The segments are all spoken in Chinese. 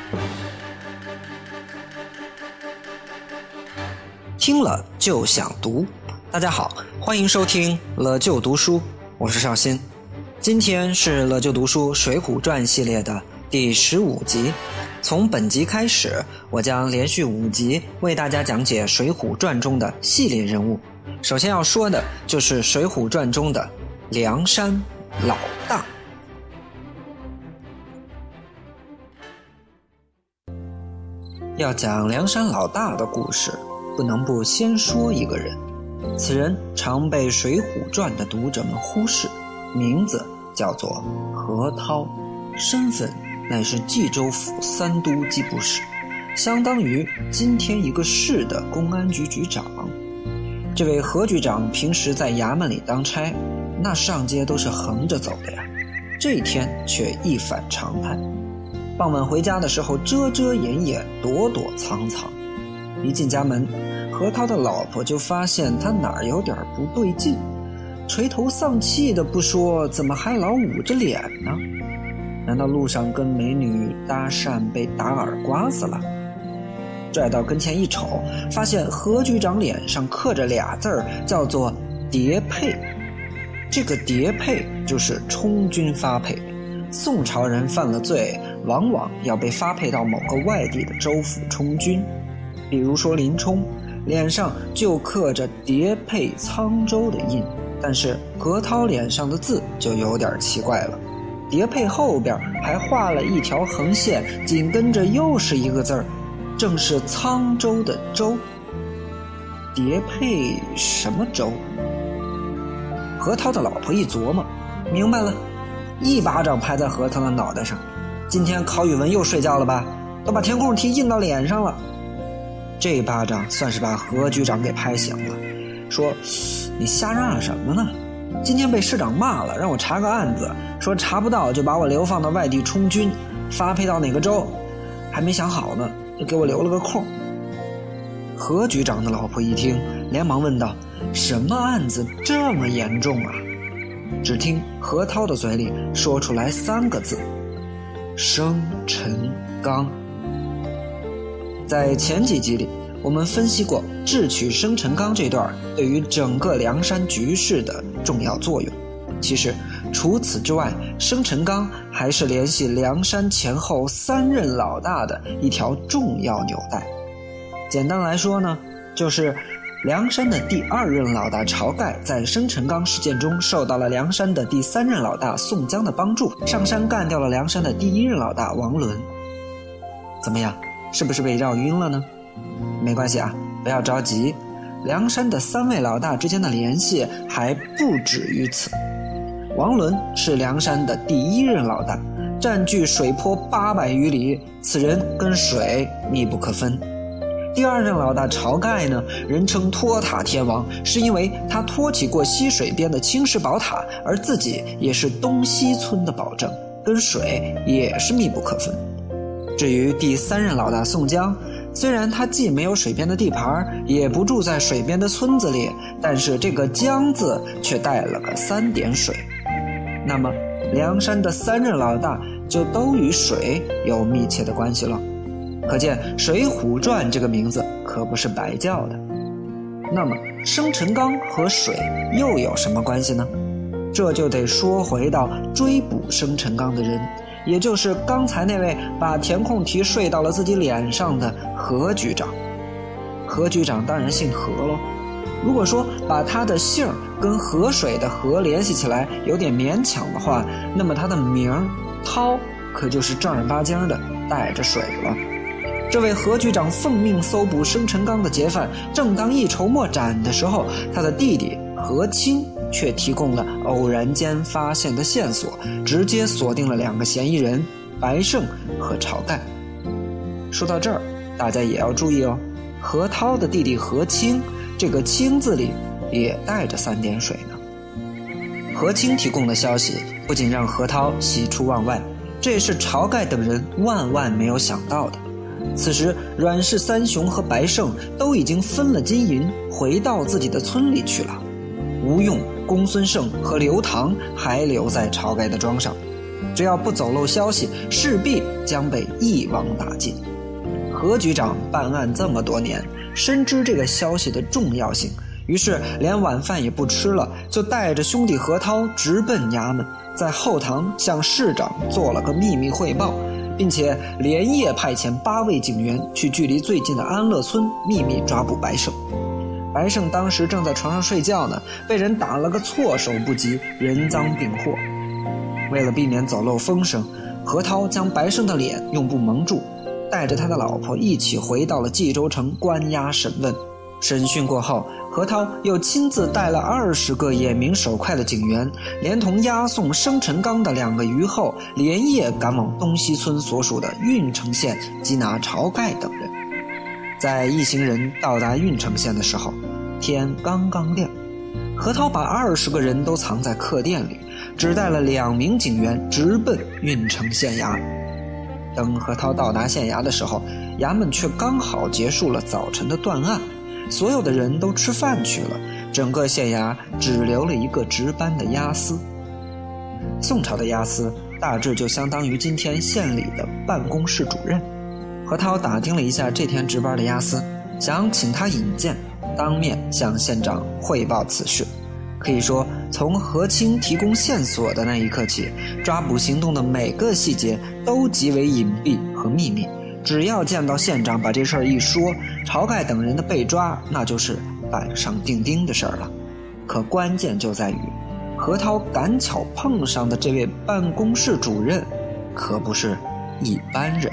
听了就想读。大家好，欢迎收听了就读书，我是邵鑫。今天是了就读书水浒传系列的第15集。从本集开始，我将连续5集为大家讲解水浒传中的系列人物。首先要说的就是水浒传中的梁山老大。要讲梁山老大的故事，不能不先说一个人。此人常被水浒传的读者们忽视，名字叫做何涛，身份乃是冀州府3都缉部使，相当于今天一个市的公安局局长。这位何局长平时在衙门里当差，那上街都是横着走的呀，这一天却一反常态。傍晚回家的时候遮遮掩掩，躲躲藏藏。一进家门，何涛的老婆就发现他哪儿有点不对劲，垂头丧气的不说，怎么还老捂着脸呢？难道路上跟美女搭讪被打耳刮子了？拽到跟前一瞅，发现何局长脸上刻着俩字儿，叫做谍配。这个谍配就是充军发配，宋朝人犯了罪，往往要被发配到某个外地的州府充军。比如说林冲，脸上就刻着谍配沧州的印，但是何涛脸上的字就有点奇怪了，谍配后边还画了一条横线，紧跟着又是一个字儿，正是沧州的州。谍配什么州？何涛的老婆一琢磨，明白了，一巴掌拍在何涛的脑袋上。今天考语文又睡觉了吧？都把填空题印到脸上了。这一巴掌算是把何局长给拍醒了，说你瞎嚷嚷什么呢？今天被市长骂了，让我查个案子，说查不到就把我流放到外地充军，发配到哪个州还没想好呢，就给我留了个空。何局长的老婆一听，连忙问道，什么案子这么严重啊？只听何涛的嘴里说出来3个字，生辰纲。在前几集里，我们分析过智取生辰纲这段对于整个梁山局势的重要作用。其实除此之外，生辰纲还是联系梁山前后3任老大的一条重要纽带。简单来说呢，就是梁山的第2任老大晁盖在生辰纲事件中受到了梁山的第3任老大宋江的帮助，上山干掉了梁山的第1任老大王伦。怎么样，是不是被绕晕了呢？没关系啊，不要着急，梁山的3位老大之间的联系还不止于此。王伦是梁山的第1任老大，占据水泊800余里，此人跟水密不可分。第2任老大晁盖呢，人称托塔天王，是因为他托起过溪水边的青石宝塔，而自己也是东西村的保证，跟水也是密不可分。至于第3任老大宋江，虽然他既没有水边的地盘，也不住在水边的村子里，但是这个江字却带了个3点水。那么梁山的3任老大就都与水有密切的关系了，可见水浒传这个名字可不是白叫的。那么生辰纲和水又有什么关系呢？这就得说回到追捕生辰纲的人，也就是刚才那位把填空题睡到了自己脸上的何局长。何局长当然姓何咯，如果说把他的姓跟河水的河联系起来有点勉强的话，那么他的名涛可就是正儿八经的带着水了。这位何局长奉命搜捕生辰纲的劫犯，正当一筹莫展的时候，他的弟弟何清却提供了偶然间发现的线索，直接锁定了2个嫌疑人，白胜和晁盖。说到这儿，大家也要注意哦，何涛的弟弟何清，这个清字里也带着3点水呢。何清提供的消息不仅让何涛喜出望外，这也是晁盖等人万万没有想到的。此时阮氏三雄和白胜都已经分了金银，回到自己的村里去了。吴用、公孙胜和刘唐还留在晁盖的庄上。 只要不走漏消息，势必将被一网打尽。何局长办案这么多年，深知这个消息的重要性，于是连晚饭也不吃了，就带着兄弟何涛直奔衙门，在后堂向市长做了个秘密汇报，并且连夜派遣8位警员去距离最近的安乐村秘密抓捕白胜。白胜当时正在床上睡觉呢，被人打了个措手不及，人赃并获。为了避免走漏风声，何涛将白胜的脸用布蒙住，带着他的老婆一起回到了冀州城关押审问。审讯过后，何涛又亲自带了20个眼明手快的警员，连同押送生辰纲的2个虞后，连夜赶往东西村所属的郓城县缉拿晁盖等人。在一行人到达郓城县的时候，天刚刚亮。何涛把20个人都藏在客店里，只带了2名警员直奔郓城县衙。等何涛到达县衙的时候，衙门却刚好结束了早晨的断案，所有的人都吃饭去了，整个县衙只留了一个值班的押司。宋朝的押司大致就相当于今天县里的办公室主任。何涛打听了一下这天值班的押司，想请他引荐，当面向县长汇报此事。可以说，从何清提供线索的那一刻起，抓捕行动的每个细节都极为隐蔽和秘密。只要见到县长把这事儿一说，晁盖等人的被抓那就是板上钉钉的事儿了。可关键就在于，何涛赶巧碰上的这位办公室主任可不是一般人。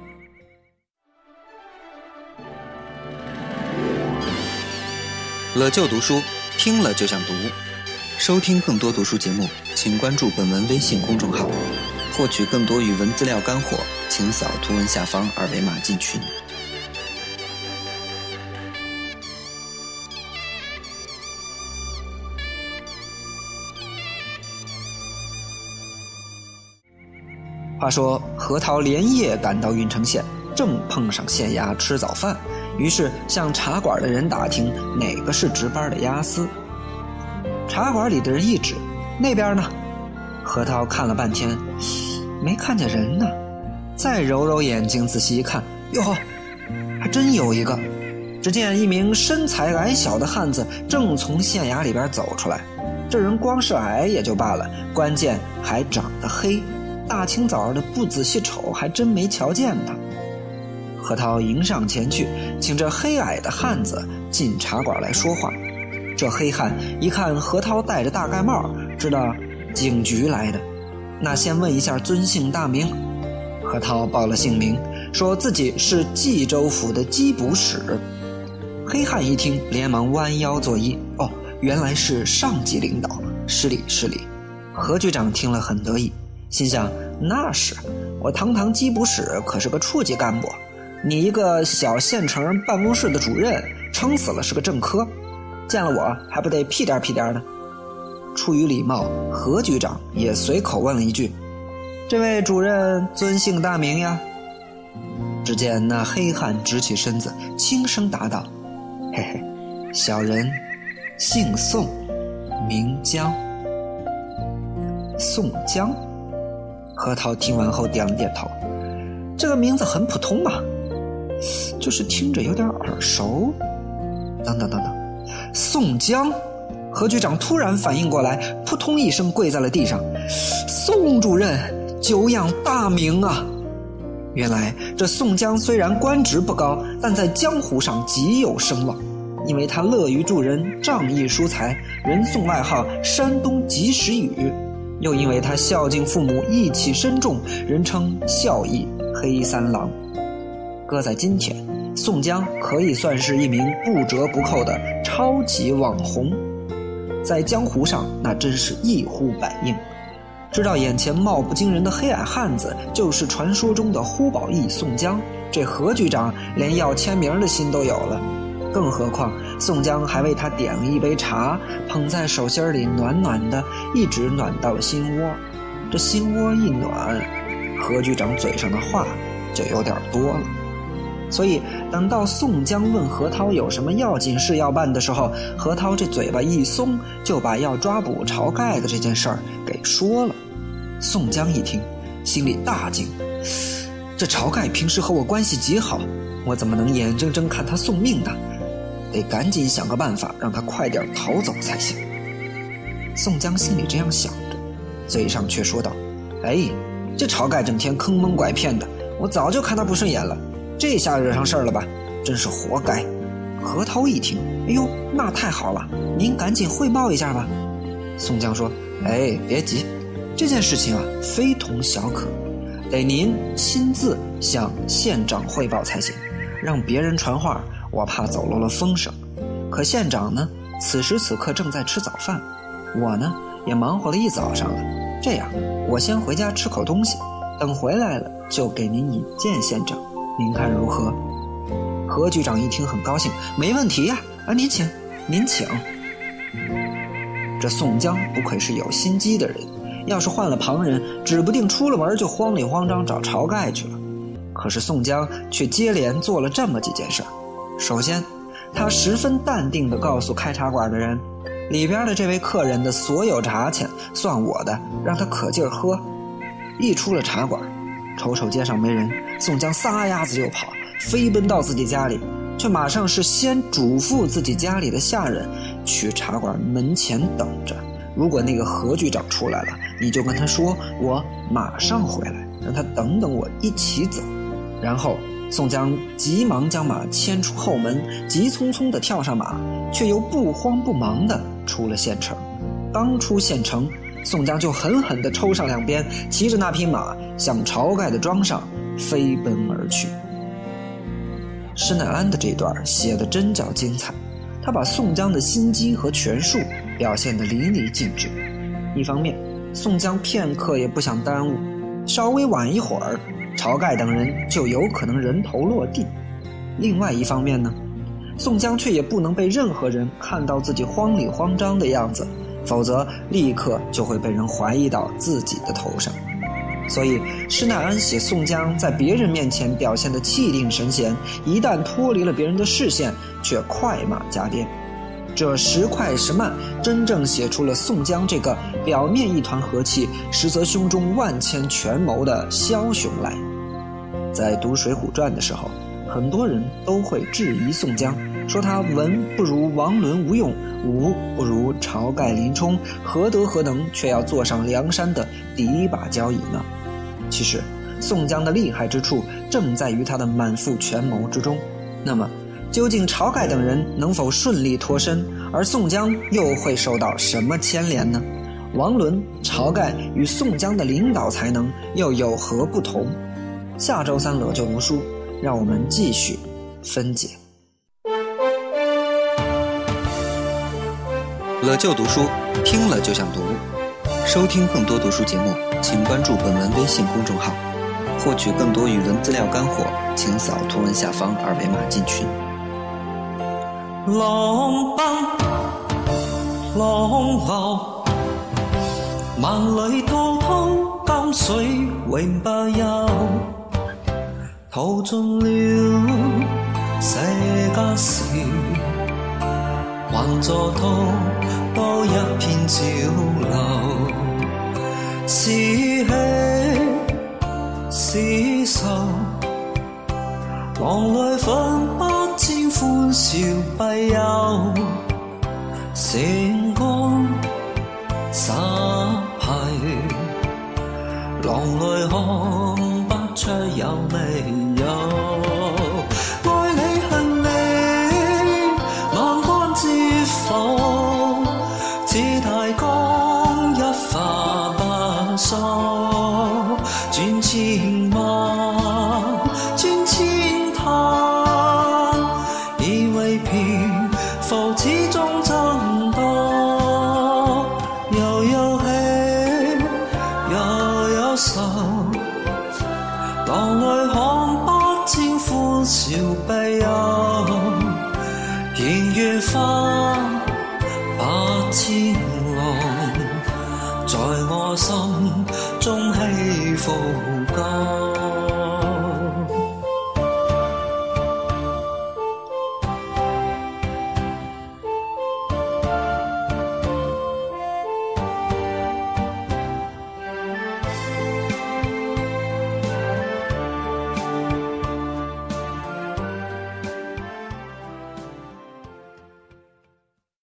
了就读书，听了就想读。收听更多读书节目，请关注本文微信公众号。获取更多语文资料干货，请扫图文下方2维码进群。 话说何涛连夜赶到郓城县，正碰上县衙吃早饭，于是向茶馆的人打听哪个是值班的押司。茶馆里的人一指，那边呢？何涛看了半天，没看见人呢。再揉揉眼睛仔细一看，哟，还真有一个。只见一名身材矮小的汉子正从县衙里边走出来。这人光是矮也就罢了，关键还长得黑，大清早的不仔细瞅还真没瞧见他。何涛迎上前去，请这黑矮的汉子进茶馆来说话。这黑汉一看何涛戴着大盖帽，知道警局来的，那先问一下尊姓大名。何涛报了姓名，说自己是冀州府的缉捕使。黑汉一听，连忙弯腰作揖，哦，原来是上级领导，失礼失礼。何局长听了很得意，心想，那是，我堂堂缉捕使可是个处级干部，你一个小县城办公室的主任，撑死了是个正科，见了我还不得屁颠屁颠的。出于礼貌，何局长也随口问了一句，这位主任尊姓大名呀？只见那黑汉直起身子，轻声答道，嘿嘿，小人姓宋，名江。宋江？何涛听完后点了点头，这个名字很普通嘛，就是听着有点耳熟。等等等等，宋江？何局长突然反应过来，扑通一声跪在了地上，宋主任，久仰大名啊！原来这宋江虽然官职不高，但在江湖上极有声望，因为他乐于助人，仗义疏财，人送外号山东及时雨，又因为他孝敬父母，义气深重，人称孝义黑三郎。搁在今天，宋江可以算是一名不折不扣的超级网红，在江湖上那真是一呼百应。知道眼前貌不惊人的黑矮汉子就是传说中的呼保义宋江，这何局长连要签名的心都有了。更何况宋江还为他点了一杯茶，捧在手心里暖暖的，一直暖到了心窝。这心窝一暖，何局长嘴上的话就有点多了。所以等到宋江问何涛有什么要紧事要办的时候，何涛这嘴巴一松，就把要抓捕晁盖的这件事儿给说了。 宋江一听，心里大惊，这晁盖平时和我关系极好，我怎么能眼睁睁看他送命呢？得赶紧想个办法让他快点逃走才行。宋江心里这样想着，嘴上却说道，这晁盖整天坑蒙拐骗的，我早就看他不顺眼了，这下惹上事儿了吧，真是活该。何涛一听，那太好了，您赶紧汇报一下吧。宋江说，别急，这件事情非同小可，得您亲自向县长汇报才行，让别人传话，我怕走漏了风声。可县长呢，此时此刻正在吃早饭，我呢也忙活了一早上了，这样我先回家吃口东西，等回来了就给您引见县长，您看如何？何局长一听很高兴，没问题呀，您请。这宋江不愧是有心机的人，要是换了旁人，指不定出了门就慌里慌张找晁盖去了。可是宋江却接连做了这么几件事。首先，他十分淡定地告诉开茶馆的人，里边的这位客人的所有茶钱算我的，让他可劲儿喝。一出了茶馆，瞅瞅街上没人，宋江撒丫子就跑，飞奔到自己家里，却马上是先嘱咐自己家里的下人去茶馆门前等着，如果那个何局长出来了，你就跟他说我马上回来，让他等等我一起走。然后宋江急忙将马牵出后门，急匆匆地跳上马，却又不慌不忙地出了县城。刚出县城，宋江就狠狠地抽上两鞭，骑着那匹马向晁盖的庄上飞奔而去。施耐庵的这段写得真叫精彩，他把宋江的心机和权术表现得淋漓尽致。一方面，宋江片刻也不想耽误，稍微晚一会儿，晁盖等人就有可能人头落地。另外一方面呢，宋江却也不能被任何人看到自己慌里慌张的样子，否则立刻就会被人怀疑到自己的头上。所以施耐庵写宋江在别人面前表现的气定神闲，一旦脱离了别人的视线，却快马加鞭。这时快时慢，真正写出了宋江这个表面一团和气，实则胸中万千权谋的枭雄来。在读《水浒传》的时候，很多人都会质疑宋江，说他文不如王伦吴用，武不如晁盖林冲，何德何能却要坐上梁山的第一把交椅呢？其实宋江的厉害之处正在于他的满腹权谋之中。那么究竟晁盖等人能否顺利脱身，而宋江又会受到什么牵连呢？王伦、晁盖与宋江的领导才能又有何不同？下周三乐就读书，让我们继续分解。 乐就读书，听了就想读。收听更多读书节目，请关注本文微信公众号。获取更多语文资料干货，请扫图文下方二维码进群。 浪奔浪流，萬里滔滔江水永不休。淘盡了世間事，還作多一片潮流。是喜是愁，浪裏分不清歡笑悲憂。成功失敗，浪裏看不出有未有。愛你恨你，萬關知否？似大江一發不收，轉千萬轉千灘，以為漂浮始終爭多。又有喜又有愁，浪裏看不清歡笑悲憂。現月花百千浪，在我心中起伏高。